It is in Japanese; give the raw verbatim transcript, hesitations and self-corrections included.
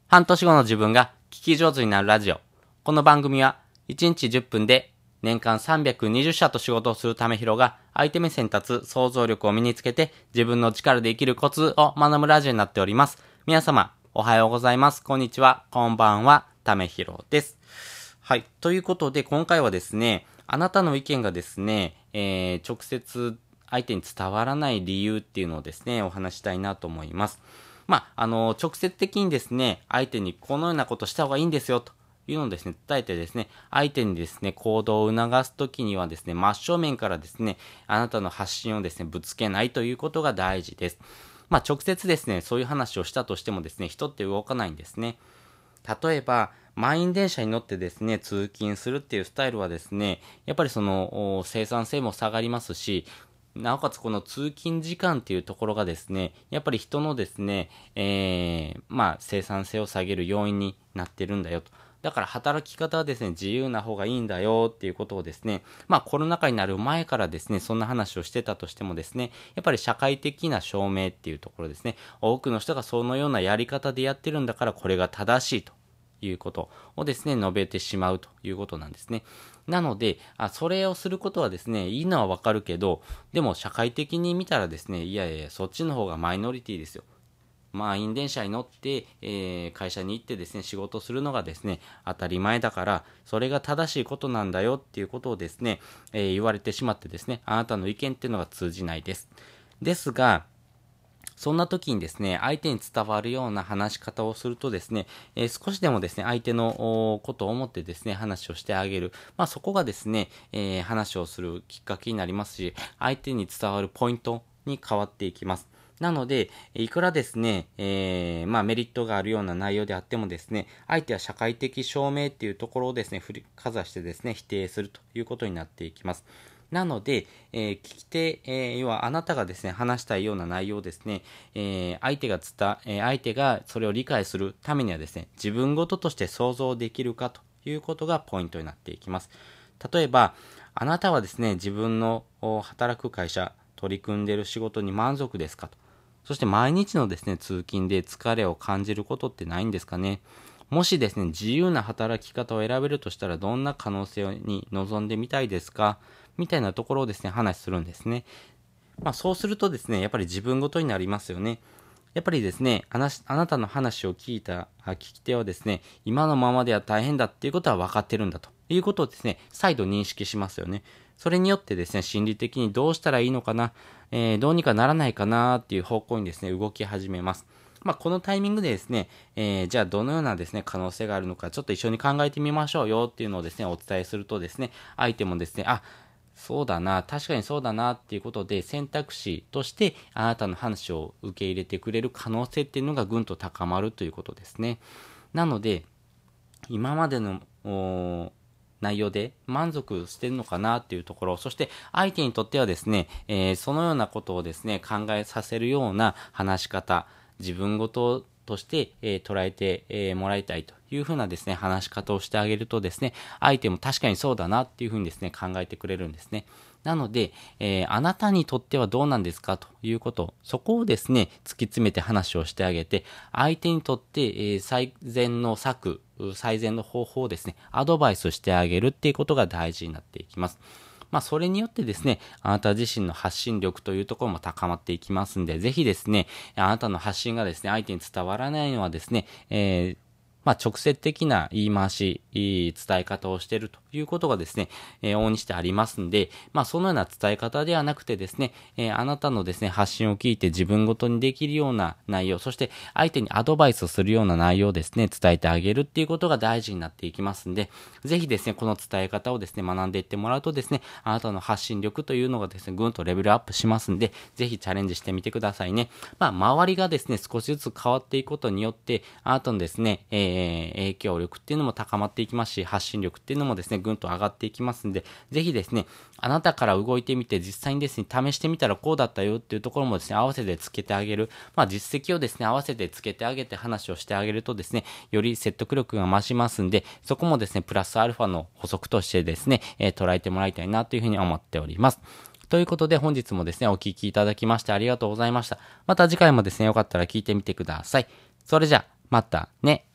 半年後の自分が聞き上手になるラジオ。この番組はいちにちじゅっぷんで年間さんびゃくにじゅっしゃと仕事をするためひろが相手目線に立つ想像力を身につけて自分の力で生きるコツを学ぶラジオになっております。皆様おはようございます。こんにちは。こんばんは。ためひろです。はい。ということで今回はですね、あなたの意見がですね、えー、直接相手に伝わらない理由っていうのをですね、お話したいなと思います。まあ、あの、直接的にですね、相手にこのようなことした方がいいんですよ、というのをですね、伝えてですね、相手にですね、行動を促すときにはですね、真正面からですね、あなたの発信をですね、ぶつけないということが大事です。まあ、直接ですね、そういう話をしたとしてもですね、人って動かないんですね。例えば、満員電車に乗ってですね、通勤するっていうスタイルはですね、やっぱりその、生産性も下がりますし、なおかつこの通勤時間っていうところがですね、やっぱり人のですね、えー、まあ生産性を下げる要因になってるんだよと。だから働き方はですね、自由な方がいいんだよっていうことをですね、まあコロナ禍になる前からですね、そんな話をしてたとしてもですね、やっぱり社会的な証明っていうところですね、多くの人がそのようなやり方でやってるんだからこれが正しいということをですね、述べてしまうということなんですね。なので、あ、それをすることはですね、いいのはわかるけど、でも社会的に見たらですね、いやいや、そっちの方がマイノリティですよ。満員電車に乗って、えー、会社に行ってですね、仕事するのがですね、当たり前だから、それが正しいことなんだよっていうことをですね、えー、言われてしまってですね、あなたの意見っていうのが通じないです。ですが、そんな時にですね、相手に伝わるような話し方をするとですね、えー、少しでもですね、相手のことを思ってですね、話をしてあげる。まあそこがですね、えー、話をするきっかけになりますし、相手に伝わるポイントに変わっていきます。なので、いくらですね、えー、まあメリットがあるような内容であってもですね、相手は社会的証明っていうところをですね、振りかざしてですね、否定するということになっていきます。なので、えー、聞き手、えー、要はあなたがですね、話したいような内容をですね、えー、相手が伝、えー、相手がそれを理解するためにはですね、自分ごととして想像できるかということがポイントになっていきます。例えば、あなたはですね、自分の働く会社、取り組んでいる仕事に満足ですかと。そして毎日のですね、通勤で疲れを感じることってないんですかね。もしですね、自由な働き方を選べるとしたらどんな可能性に臨んでみたいですかみたいなところをですね、話するんですね。まあそうするとですね、やっぱり自分ごとになりますよね。やっぱりですね、あなあなたの話を聞いた聞き手はですね、今のままでは大変だっていうことは分かってるんだということをですね、再度認識しますよね。それによってですね、心理的にどうしたらいいのかな、えー、どうにかならないかなっていう方向にですね、動き始めます。まあ、このタイミングでですね、えー、じゃあどのようなですね、可能性があるのか、ちょっと一緒に考えてみましょうよっていうのをですね、お伝えするとですね、相手もですね、あ、そうだな、確かにそうだなっていうことで選択肢としてあなたの話を受け入れてくれる可能性っていうのがぐんと高まるということですね。なので、今までの内容で満足してるのかなっていうところ、そして相手にとってはですね、えー、そのようなことをですね、考えさせるような話し方、自分ごととして、えー、捉えて、えー、もらいたいというふうなですね、話し方をしてあげるとですね、相手も確かにそうだなっていうふうにですね、考えてくれるんですね。なので、えー、あなたにとってはどうなんですかということ、そこをですね、突き詰めて話をしてあげて、相手にとって、えー、最善の策、最善の方法をですね、アドバイスしてあげるっていうことが大事になっていきます。まあ、それによってですね、あなた自身の発信力というところも高まっていきますんで、ぜひですね、あなたの発信がですね、相手に伝わらないのはですね、えーまあ、直接的な言い回し、伝え方をしているということがですね、えー、往々にしてありますんで、まあ、そのような伝え方ではなくてですね、えー、あなたのですね、発信を聞いて自分ごとにできるような内容、そして相手にアドバイスをするような内容をですね、伝えてあげるっていうことが大事になっていきますんで、ぜひですね、この伝え方をですね、学んでいってもらうとですね、あなたの発信力というのがですね、ぐんとレベルアップしますんで、ぜひチャレンジしてみてくださいね。まあ、周りがですね、少しずつ変わっていくことによって、あなたのですね、えーえー、影響力っていうのも高まっていきますし、発信力っていうのもですね、ぐんと上がっていきますんで、ぜひですね、あなたから動いてみて、実際にですね、試してみたらこうだったよっていうところもですね、合わせてつけてあげる。まあ、実績をですね、合わせてつけてあげて話をしてあげるとですね、より説得力が増しますんで、そこもですね、プラスアルファの補足としてですね、えー、捉えてもらいたいなというふうに思っております。ということで本日もですね、お聞きいただきましてありがとうございました。また次回もですね、よかったら聞いてみてください。それじゃ、またね。